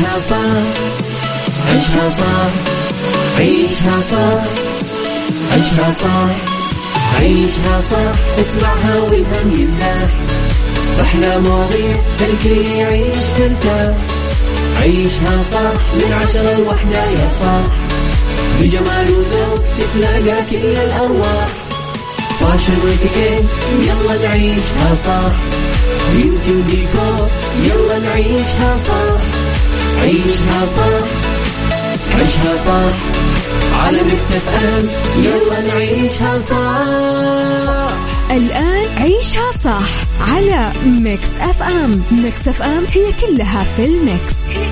عيشها صح عيشها صح عيشها صح عيشها صح عيشها صح اسمعها والهم ينزاح أحلى مواضيع خليك يعيش ترتاح عيشها صح من 10 ل1 يا صاح بجمال وذوق تتلاقى كل الأرواح فاشل واتيكيت يلا نعيشها صح بيوتي وديكور يلا نعيشها صح عيشها صح عيشها صح على ميكس اف ام يلا نعيشها صح. الآن عيشها صح على ميكس اف ام. ميكس اف ام هي كلها في الميكس.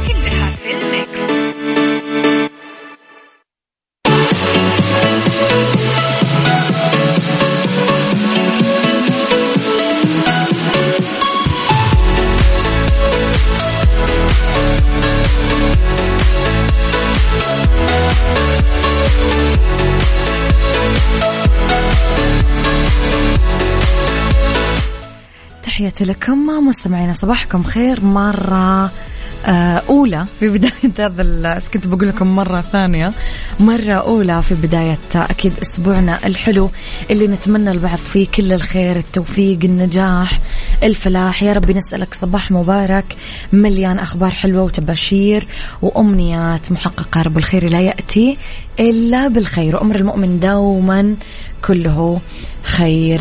تحياتي لكم مستمعينا، صباحكم خير مرة أولى في بداية هذا كنت بقول لكم مرة ثانية، مرة أولى في بداية أكيد أسبوعنا الحلو اللي نتمنى البعض فيه كل الخير، التوفيق، النجاح، الفلاح. يا رب نسألك صباح مبارك مليان أخبار حلوة وتباشير وأمنيات محققة. رب الخير لا يأتي إلا بالخير، وأمر المؤمن دوما كله خير.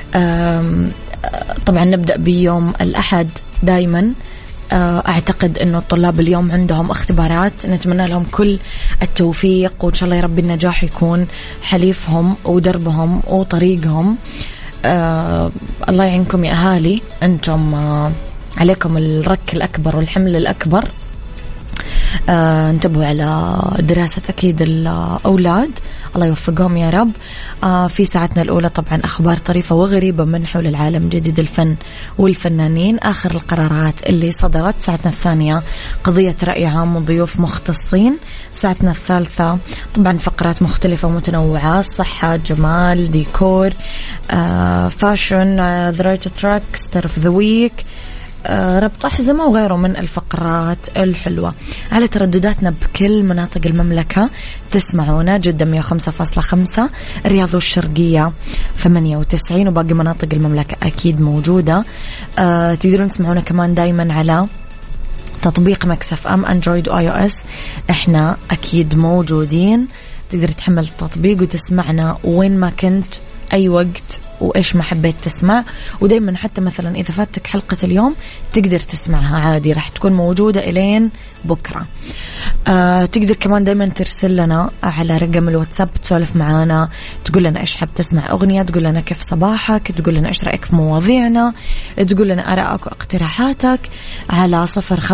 طبعا نبدأ بيوم الأحد دايما. أعتقد أنه الطلاب اليوم عندهم اختبارات، نتمنى لهم كل التوفيق وإن شاء الله يا رب النجاح يكون حليفهم ودربهم وطريقهم. الله يعينكم يا أهالي، أنتم عليكم الرك الأكبر والحمل الأكبر. انتبهوا على دراسة أكيد الأولاد، الله يوفقهم يا رب. في ساعتنا الأولى طبعا أخبار طريفة وغريبة من حول العالم، جديد الفن والفنانين، آخر القرارات اللي صدرت. ساعتنا الثانية قضية رأي عام وضيوف مختصين. ساعتنا الثالثة طبعا فقرات مختلفة ومتنوعة، صحة، جمال، ديكور، فاشن، ذا رايت تراك، ستار اوف ذا ويك، ربط أحزمة وغيره من الفقرات الحلوة. على تردداتنا بكل مناطق المملكة تسمعونا: جدة 105.5، الرياض والشرقية 98، وباقي مناطق المملكة أكيد موجودة. تقدرون تسمعونا كمان دايما على تطبيق ميكس اف ام اندرويد واي او اس، احنا أكيد موجودين. تقدر تحمل التطبيق وتسمعنا وين ما كنت أي وقت وإيش ما حبيت تسمع. ودايما حتى مثلا إذا فاتك حلقة اليوم تقدر تسمعها عادي، راح تكون موجودة إلين بكرة. تقدر كمان دايما ترسل لنا على رقم الواتساب، تسولف معانا، تقول لنا إيش حاب تسمع أغنية، تقول لنا كيف صباحك، تقول لنا إيش رأيك في مواضيعنا، تقول لنا آرائك واقتراحاتك على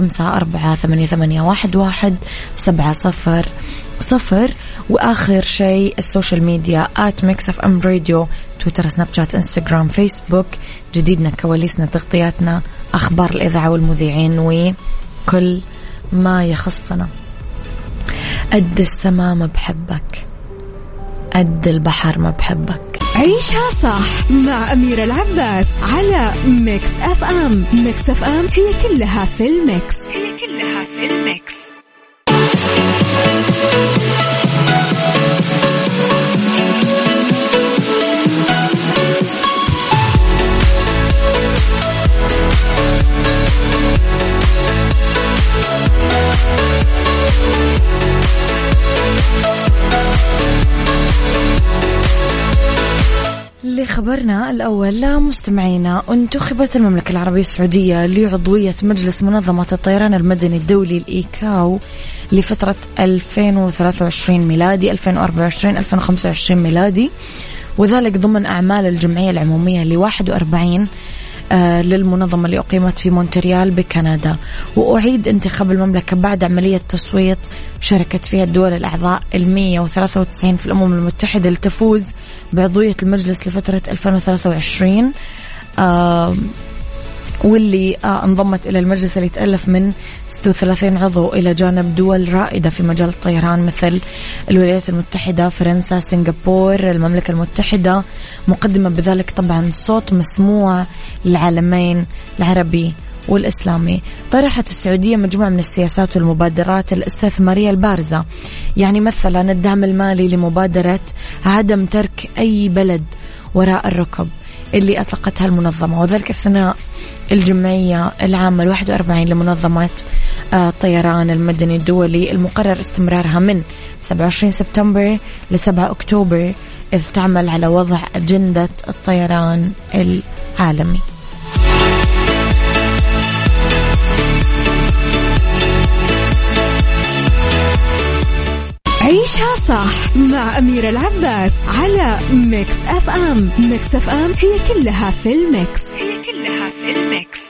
0548811700. وآخر شيء السوشيال ميديا @mixfmradio، تويتر، سناب شات، انستغرام، فيسبوك. جديدنا، كواليسنا، تغطياتنا، أخبار الإذاعة والمذيعين وكل ما يخصنا. قد السماء ما بحبك، قد البحر ما بحبك. عيشها صح مع أميرة العباس على ميكس اف ام. ميكس اف ام هي كلها في الميكس. لخبرنا الأول مستمعينا، انتخبت المملكة العربية السعودية لعضوية مجلس منظمة الطيران المدني الدولي الإيكاو لفترة 2023 ميلادي 2024-2025 ميلادي، وذلك ضمن أعمال الجمعية العمومية ل41 للمنظمة اللي أقيمت في مونتريال بكندا. وأعيد انتخاب المملكة بعد عملية تصويت شاركت فيها الدول الأعضاء 193 في الأمم المتحدة لتفوز بعضوية المجلس لفترة 2023، واللي انضمت إلى المجلس اللي يتألف من 36 عضو إلى جانب دول رائدة في مجال الطيران مثل الولايات المتحدة، فرنسا، سنغافورة، المملكة المتحدة، مقدمة بذلك طبعا صوت مسموع للعالمين العربي والإسلامي. طرحت السعودية مجموعة من السياسات والمبادرات الاستثمارية البارزة، يعني مثلا الدعم المالي لمبادرة عدم ترك أي بلد وراء الركب اللي أطلقتها المنظمة، وذلك أثناء الجمعية العامة 41 لمنظمة الطيران المدني الدولي، المقرر استمرارها من 27 سبتمبر ل 7 أكتوبر، إذ تعمل على وضع أجندة الطيران العالمي. عيشها صح مع أميرة العباس على ميكس أف أم. ميكس أف أم هي كلها في الميكس، هي كلها في الميكس.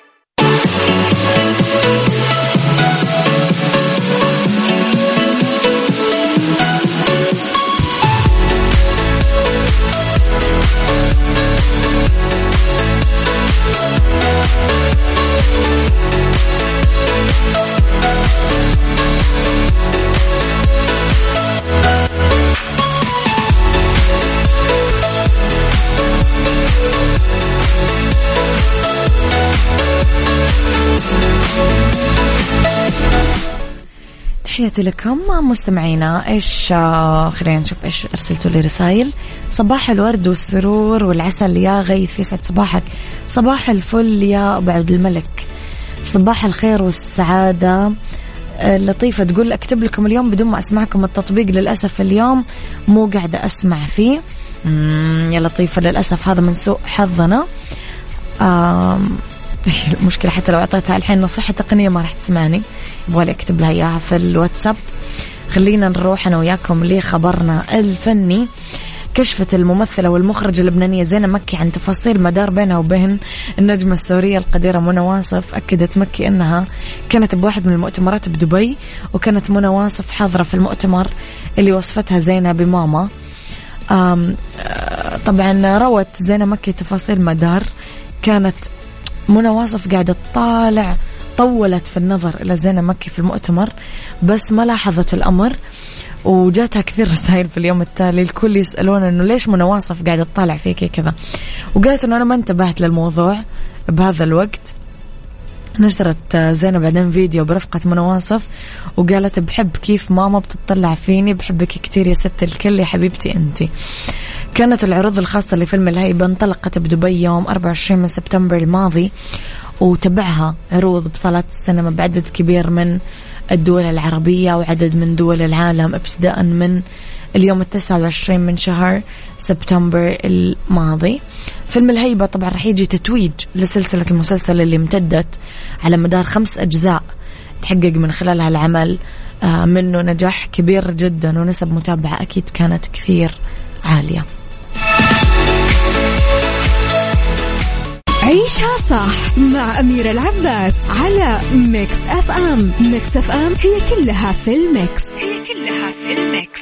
تحياتي لكم مستمعينا. إيش خلينا نشوف إيش أرسلتوا لي رسائل. صباح الورد والسرور والعسل يا غيث، يسعد صباحك. صباح الفل يا أبو عبد الملك. صباح الخير والسعادة. لطيفة تقول أكتب لكم اليوم بدون ما أسمعكم التطبيق، للأسف اليوم مو قاعدة أسمع فيه. يا لطيفة للأسف هذا من سوء حظنا. المشكلة حتى لو أعطيتها الحين نصيحة تقنية ما راح تسمعني، يبغالي أكتب لها إياها في الواتساب. خلينا نروح أنا وياكم لخبرنا الفني. كشفت الممثلة والمخرجة اللبنانية زينة مكي عن تفاصيل مدار بينها وبين النجمة السورية القديرة منى واصف. أكدت مكي أنها كانت بواحد من المؤتمرات بدبي، وكانت منى واصف حاضرة في المؤتمر اللي وصفتها زينة بماما. طبعا روت زينة مكي تفاصيل مدار. كانت منى واصف قاعدة طولت في النظر إلى زينة مكي في المؤتمر، بس ما لاحظت الأمر، وجاتها كثير رسائل في اليوم التالي الكل يسألون إنه ليش منى واصف قاعدة تطالع فيكي كذا، وقالت إنه أنا ما انتبهت للموضوع بهذا الوقت. نشرت زينة بعدين فيديو برفقة منى واصف وقالت بحب كيف ماما بتطلع فيني، بحبك كتير يا ست الكل يا حبيبتي أنتي. كانت العروض الخاصة لفيلم الهيبة انطلقت بدبي يوم 24 من سبتمبر الماضي، وتبعها عروض بصالات السينما بعدد كبير من الدول العربية وعدد من دول العالم ابتداء من اليوم 29 من شهر سبتمبر الماضي. فيلم الهيبة طبعا رح يجي تتويج لسلسلة المسلسل اللي امتدت على مدار 5 أجزاء، تحقق من خلالها العمل منه نجاح كبير جدا، ونسب متابعة أكيد كانت كثير عالية. عيشها صح مع أميرة العباس على ميكس أف أم. ميكس أف أم هي كلها في الميكس، هي كلها في الميكس.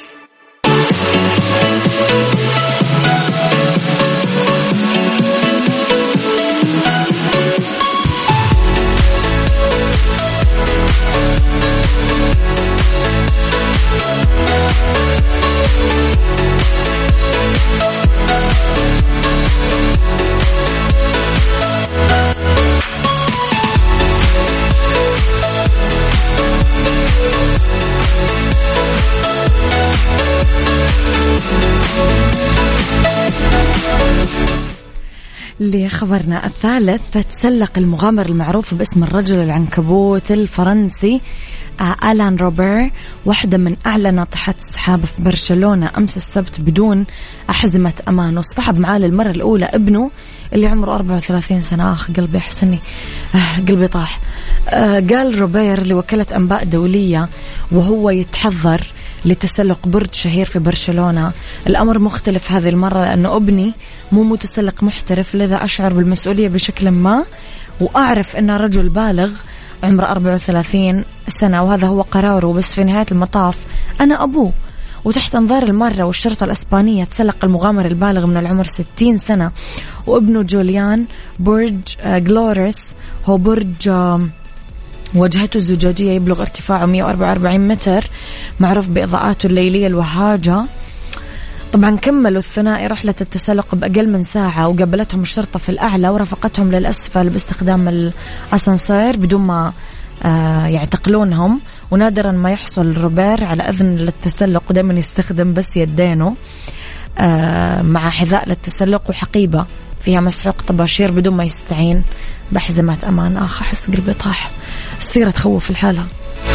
لخبرنا الثالث. تسلق المغامر المعروف باسم الرجل العنكبوت الفرنسي آلان روبير واحدة من أعلى ناطحات السحاب في برشلونة أمس السبت بدون أحزمة أمان، واصطحب معاه للمرة الأولى ابنه اللي عمره 34 سنة. قلبي حسني، قلبي طاح. قال روبير لوكالة أنباء دولية وهو يتحضر لتسلق برج شهير في برشلونة: الأمر مختلف هذه المرة لأنه ابني مو متسلق محترف، لذا أشعر بالمسؤولية بشكل ما، وأعرف أنه رجل بالغ عمره 34 سنة وهذا هو قراره، بس في نهاية المطاف أنا أبوه. وتحت أنظار المرة والشرطة الإسبانية تسلق المغامر البالغ من العمر 60 سنة وابنه جوليان برج غلوريس، هو برج واجهته الزجاجية يبلغ ارتفاعه 144 متر، معروف بإضاءاته الليلية الوهاجة. طبعا كملوا الثنائي رحلة التسلق بأقل من ساعة، وقابلتهم الشرطة في الأعلى ورافقتهم للأسفل باستخدام الأسانسير بدون ما يعتقلونهم. ونادرا ما يحصل روبير على أذن للتسلق، ودائما يستخدم بس يدينه مع حذاء للتسلق وحقيبة فيها مسحوق طباشير بدون ما يستعين بحزمات أمان. أحس قلبي طاح، السيرة تخوف الحالة.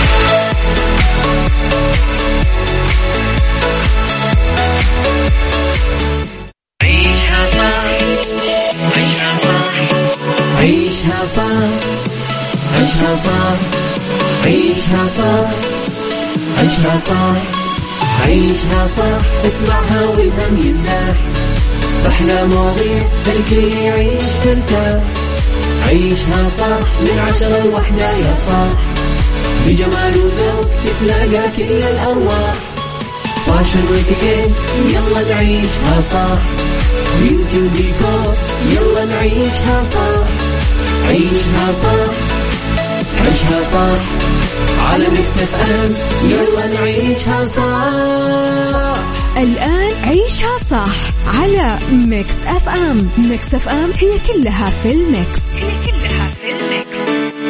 عيشها صح، عيشها صح، عيشها صح، عيشها صح، عيشها صح، عيشها صح، عيشها صح، اسمعها والهم ينزاح، أحلى مواضيع خليك يعيش ترتاح. عيشها صح من 10 ل1 يا صاح، بجمال وذوق تتلاقى كل الأرواح، فاشل واتيكيت يلا نعيشها صح، بيوتي وديكور يلا نعيشها صح. عيشها صح، عيشها صح، على ميكس اف ام يلا نعيشها صح. الآن عيشها صح على ميكس اف ام. ميكس اف ام هي كلها في الميكس، هي كلها في الميكس.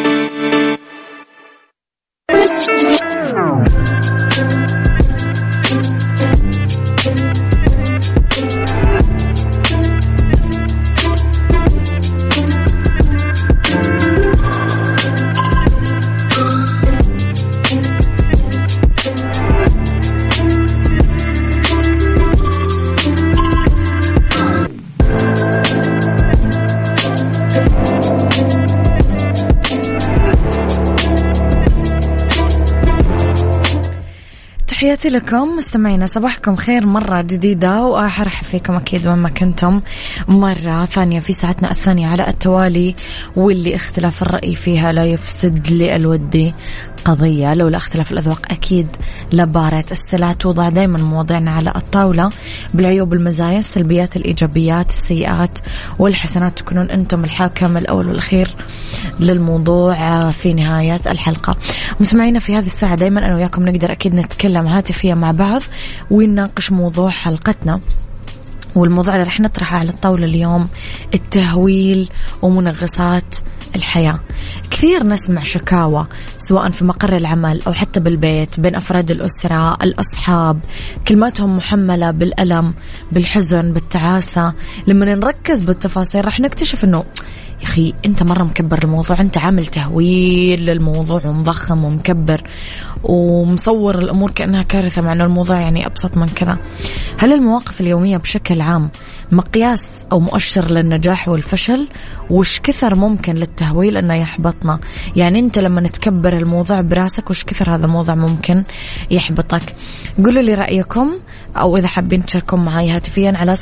تحياتي لكم مستمعينا، صباحكم خير مرة جديدة، وأرحب فيكم أكيد وين ما كنتم مرة ثانية في ساعتنا الثانية على التوالي، واللي اختلاف الرأي فيها لا يفسد للود قضية. لولا اختلاف الأذواق أكيد لبارة السلع. توضع دايما مواضيعنا على الطاولة بالعيوب المزايا، السلبيات الإيجابيات، السيئات والحسنات، تكونون أنتم الحاكم الأول والأخير للموضوع في نهاية الحلقة. مستمعينا في هذه الساعة دايما أنا وياكم نقدر أكيد نتكلم هاتفيا مع بعض ونناقش موضوع حلقتنا، والموضوع اللي رح نطرحه على الطاولة اليوم التهويل ومنغصات الحياة. كثير نسمع شكاوى سواء في مقر العمل أو حتى بالبيت بين أفراد الأسرة، الأصحاب، كلماتهم محملة بالألم، بالحزن، بالتعاسة. لما نركز بالتفاصيل رح نكتشف أنه يا أخي أنت مرة مكبر الموضوع، أنت عامل تهويل للموضوع ومضخم ومكبر ومصور الأمور كأنها كارثة، مع أنه الموضوع يعني أبسط من كذا. هل المواقف اليومية بشكل عام مقياس أو مؤشر للنجاح والفشل؟ وش كثر ممكن للتهويل أنه يحبطنا؟ يعني أنت لما نتكبر الموضوع براسك وش كثر هذا الموضوع ممكن يحبطك؟ قولوا لي رأيكم، أو إذا حابين تشاركون معي هاتفيا على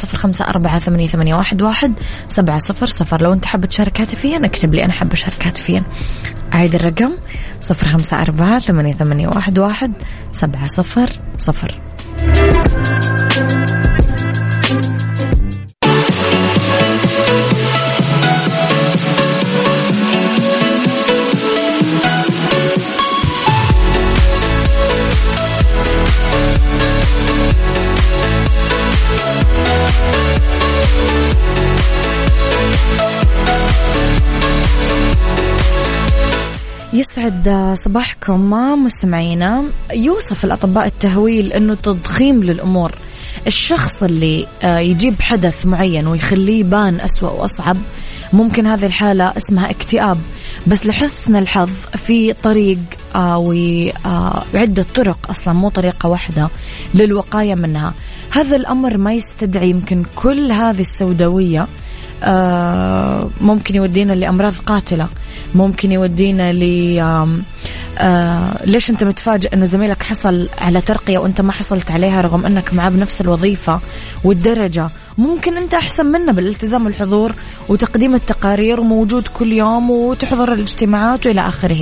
0548811700. لو أنت حاب تشارك هاتفيا اكتب لي أنا حاب أشارك هاتفيا. أعيد الرقم 0548811700. يسعد صباحكم مستمعينا. يوصف الأطباء التهويل أنه تضخيم للأمور. الشخص اللي يجيب حدث معين ويخليه يبان أسوأ وأصعب، ممكن هذه الحالة اسمها اكتئاب. بس لحسن الحظ في طريق وعدة طرق، أصلا مو طريقة واحدة للوقاية منها. هذا الأمر ما يستدعي يمكن كل هذه السوداوية. ممكن يودينا لأمراض قاتلة، ممكن يودينا ليش أنت متفاجئ أنه زميلك حصل على ترقية وأنت ما حصلت عليها رغم أنك معه بنفس الوظيفة والدرجة. ممكن أنت أحسن منه بالالتزام والحضور وتقديم التقارير وموجود كل يوم وتحضر الاجتماعات وإلى آخره.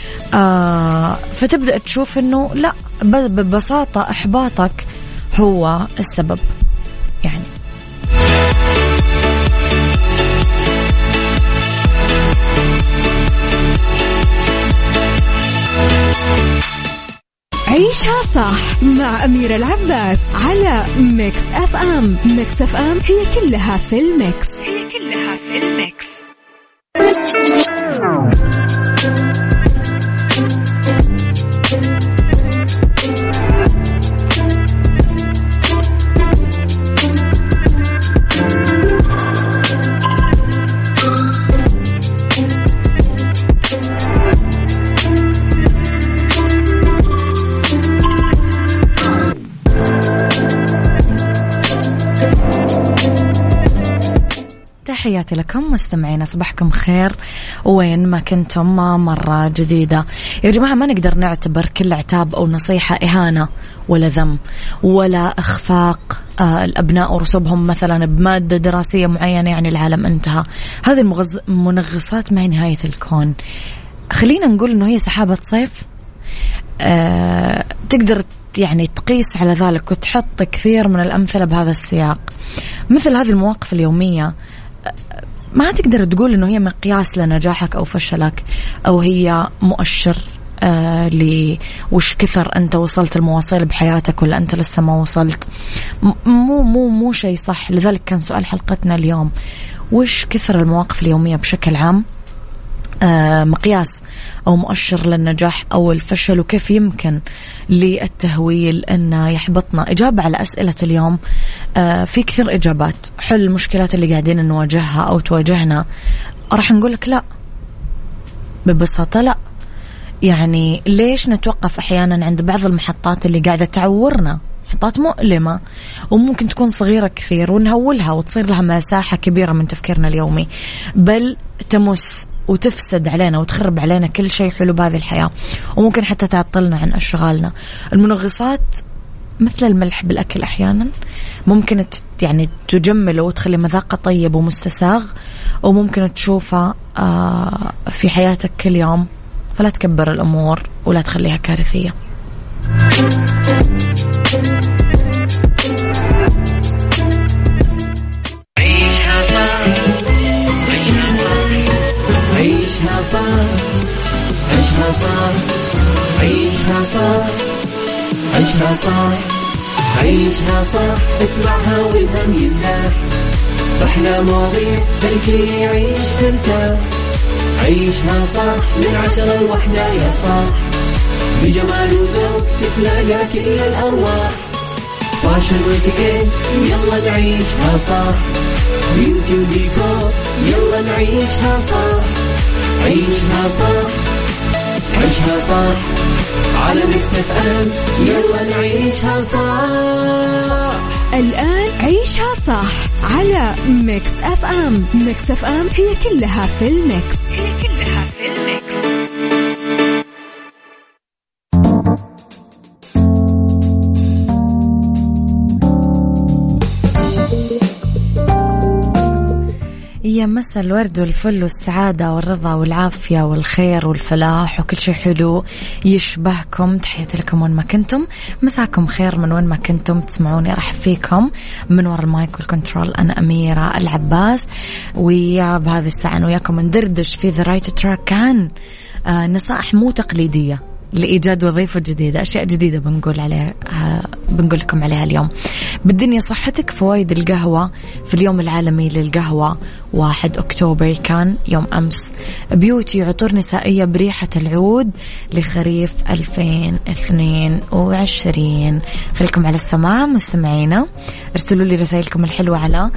فتبدأ تشوف أنه لا، ببساطة إحباطك هو السبب. يعني عيشها صح مع أميرة العباس على ميكس أف أم. ميكس أف أم هي كلها في الميكس. تحياتي لكم مستمعين، صباحكم خير وين ما كنتم. مرة جديدة يا جماعة، ما نقدر نعتبر كل عتاب أو نصيحة إهانة ولا ذم ولا إخفاق الأبناء ورسوبهم مثلا بمادة دراسية معينة يعني العالم انتهى. هذه المنغصات ما هي نهاية الكون. خلينا نقول إنه هي سحابة صيف. تقدر يعني تقيس على ذلك وتحط كثير من الأمثلة بهذا السياق. مثل هذه المواقف اليومية ما تقدر تقول إنه هي مقياس لنجاحك أو فشلك، أو هي مؤشر وش كثر أنت وصلت المواصيل بحياتك ولا أنت لسه ما وصلت. مو شيء صح. لذلك كان سؤال حلقتنا اليوم: وش كثر المواقف اليومية بشكل عام مقياس أو مؤشر للنجاح أو الفشل، وكيف يمكن للتهويل أنه يحبطنا؟ إجابة على أسئلة اليوم في كثير إجابات. حل المشكلات اللي قاعدين نواجهها أو تواجهنا؟ راح نقول لك لا، ببساطة لا. يعني ليش نتوقف أحيانا عند بعض المحطات اللي قاعدة تعورنا، محطات مؤلمة وممكن تكون صغيرة كثير، ونهولها وتصير لها مساحة كبيرة من تفكيرنا اليومي، بل تمس وتفسد علينا وتخرب علينا كل شيء حلو بهذه الحياة، وممكن حتى تعطلنا عن أشغالنا. المنغصات مثل الملح بالأكل، أحيانا ممكن يعني تجمله وتخلي مذاقه طيب ومستساغ، وممكن تشوفه في حياتك كل يوم. فلا تكبر الأمور ولا تخليها كارثية. عيشها صح، عيشها صح، عيشها صح، عيشها صح، عيشها صح، عيشها صح. اسمعها والهم ينزاح، أحلى مواضيع خلي يعيش ترتاح. عيشها صح من 10 ل1 يا صاح، بجمال وذوق تتلاقى كل الأرواح. فاشل واتيكيت يلا نعيشها صح، بيوتي وديكور يلا نعيشها صح. عيشها صح، عيشها صح، على ميكس اف ام يلا نعيشها صح. الآن عيشها صح على ميكس أف أم. ميكس أف أم هي كلها في الميكس. يا مسا الورد والفل والسعادة والرضا والعافية والخير والفلاح وكل شيء حلو يشبهكم. تحياتي لكم وين ما كنتم، مساكم خير من وين ما كنتم تسمعوني. أرحب فيكم من وراء المايك والكنترول، أنا أميرة العباس، ويا بهذه الساعة أنا وياكم ندردش في The Right Track عن نصائح مو تقليدية لإيجاد وظيفة جديدة، أشياء جديدة بنقول لكم عليها اليوم. بالدنيا صحتك. فوائد القهوة في اليوم العالمي للقهوة 1 أكتوبر كان يوم أمس. بيوتي عطور نسائية بريحة العود لخريف 2022. خليكم على السماع مستمعينا، ارسلوا لي رسائلكم الحلوة على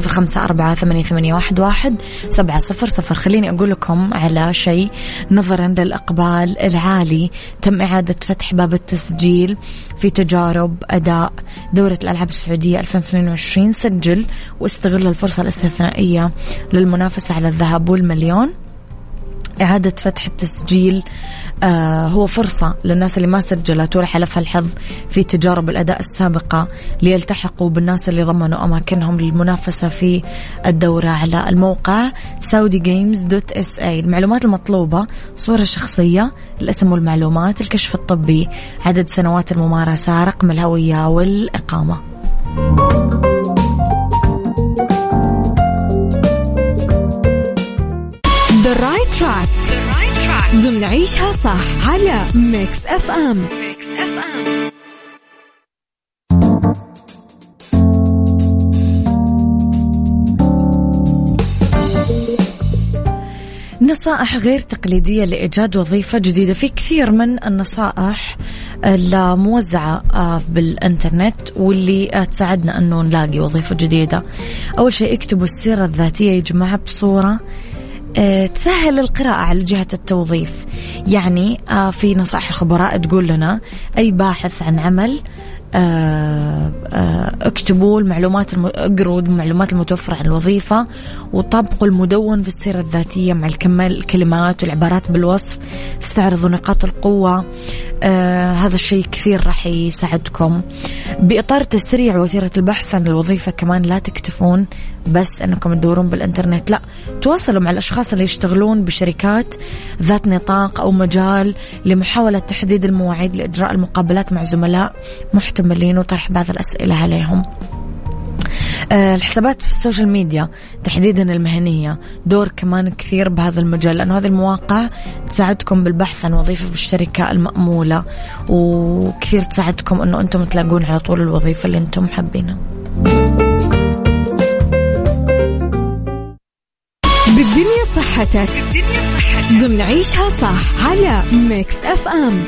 0548811700. خليني أقول لكم على شيء. نظرا للإقبال العالي تم إعادة فتح باب التسجيل في تجارب أداء دورة الألعاب السعودية 2022. سجل واستغل الفرصة الاستثنائية للمنافسة على الذهب والمليون. إعادة فتح التسجيل هو فرصة للناس اللي ما سجلت ولا حلفها الحظ في تجارب الأداء السابقة ليلتحقوا بالناس اللي ضمنوا أماكنهم للمنافسة في الدورة على الموقع saudigames.sa. المعلومات المطلوبة: صورة شخصية، الاسم والمعلومات، الكشف الطبي، عدد سنوات الممارسة، رقم الهوية والإقامة. The Right Track ضمن عيشها صح على ميكس أف أم. نصائح غير تقليدية لإيجاد وظيفة جديدة. في كثير من النصائح الموزعة بالإنترنت واللي تساعدنا أنه نلاقي وظيفة جديدة. أول شيء اكتبوا السيرة الذاتية يا جماعة بصورة تسهل القراءة على جهة التوظيف. يعني في نصائح الخبراء تقول لنا أي باحث عن عمل اكتبوا المعلومات اقروا المعلومات المتوفرة عن الوظيفة وطبقوا المدون في السيرة الذاتية مع الكلمات والعبارات بالوصف. استعرضوا نقاط القوة. هذا الشيء كثير راح يساعدكم. بإطار تسريع وتيرة البحث عن الوظيفة كمان لا تكتفون بس أنكم تدورون بالإنترنت، لا تواصلوا مع الأشخاص اللي يشتغلون بشركات ذات نطاق أو مجال لمحاولة تحديد المواعيد لإجراء المقابلات مع زملاء محتملين وطرح بعض الأسئلة عليهم. الحسابات في السوشيال ميديا تحديدا المهنية دور كمان كثير بهذا المجال، لأنه هذه المواقع تساعدكم بالبحث عن وظيفة بالشركة المأمولة وكثير تساعدكم أنه أنتم تلاقون على طول الوظيفة اللي أنتم حابينها. بالدنيا صحتك ضمن عيشها صح على ميكس اف ام.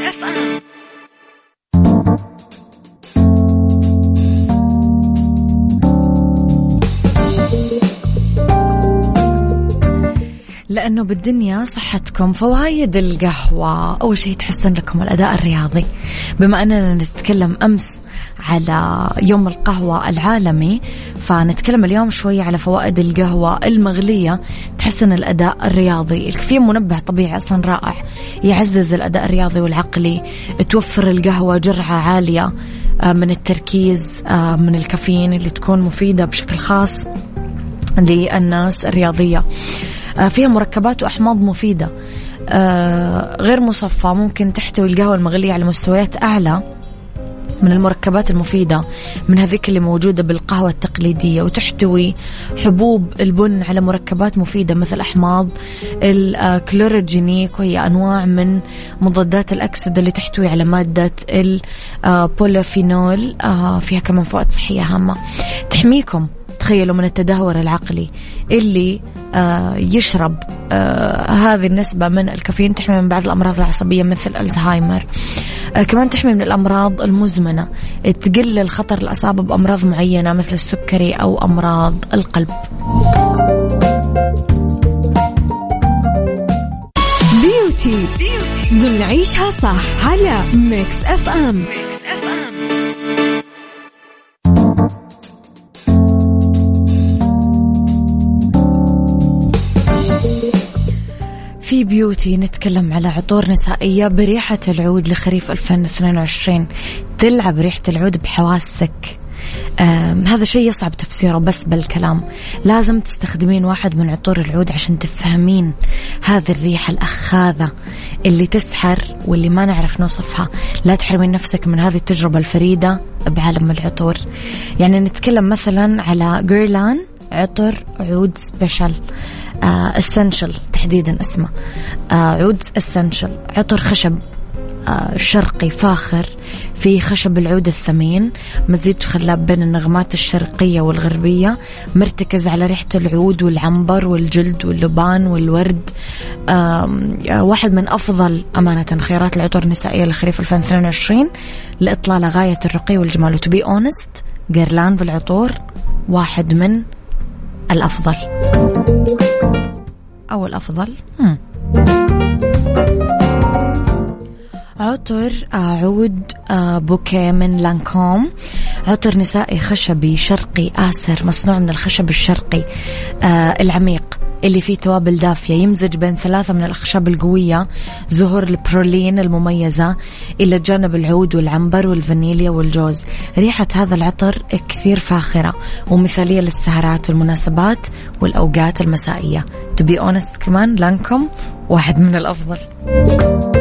لأنه بالدنيا صحتكم فوائد القهوة. أول شيء تحسن لكم الأداء الرياضي. بما أننا نتكلم أمس على يوم القهوة العالمي فنتكلم اليوم شوي على فوائد القهوة المغلية. تحسن الأداء الرياضي. الكافيين منبه طبيعي أصلا رائع يعزز الأداء الرياضي والعقلي. توفر القهوة جرعة عالية من التركيز من الكافيين اللي تكون مفيدة بشكل خاص للناس الرياضية. فيها مركبات وأحماض مفيدة غير مصفى. ممكن تحتوي القهوة المغلية على مستويات أعلى من المركبات المفيدة من هذيك اللي موجودة بالقهوة التقليدية. وتحتوي حبوب البن على مركبات مفيدة مثل أحماض الكلوروجينيك وهي أنواع من مضادات الأكسدة اللي تحتوي على مادة البوليفينول. فيها كمان فوائد صحية هامة تحميكم. تخيلوا من التدهور العقلي اللي يشرب هذه النسبة من الكافيين تحمي من بعض الأمراض العصبية مثل الزهايمر. كمان تحمي من الأمراض المزمنة. تقلل خطر الإصابة بأمراض معينة مثل السكري أو أمراض القلب. بيوتي ضمن عيشها صح على ميكس اف ام. في بيوتي نتكلم على عطور نسائية بريحة العود لخريف 2022. تلعب ريحة العود بحواسك. هذا شيء يصعب تفسيره بس بالكلام. لازم تستخدمين واحد من عطور العود عشان تفهمين هذه الريحة الأخاذة اللي تسحر واللي ما نعرف نوصفها. لا تحرمين نفسك من هذه التجربة الفريدة بعالم العطور. يعني نتكلم مثلا على جيرلان عطر عود سبيشال اسنشل تحديدا اسمه عود اسنشل. عطر خشب شرقي فاخر في خشب العود الثمين. مزيج خلاب بين النغمات الشرقية والغربية. مرتكز على ريحة العود والعنبر والجلد واللبان والورد. واحد من أفضل أمانة خيارات العطور النسائية لخريف 2022 لإطلالة غاية الرقي والجمال. وتو بي أونست جيرلان بالعطور واحد من الأفضل أو الأفضل. عطر عود بوكيه من لانكوم. عطر نسائي خشبي شرقي آسر مصنوع من الخشب الشرقي العميق اللي فيه توابل دافية. يمزج بين 3 من الأخشاب القوية زهور البرولين المميزة إلى جانب العود والعنبر والفانيليا والجوز. ريحة هذا العطر كثير فاخرة ومثالية للسهرات والمناسبات والأوقات المسائية. to be honest كمان لانكوم واحد من الأفضل.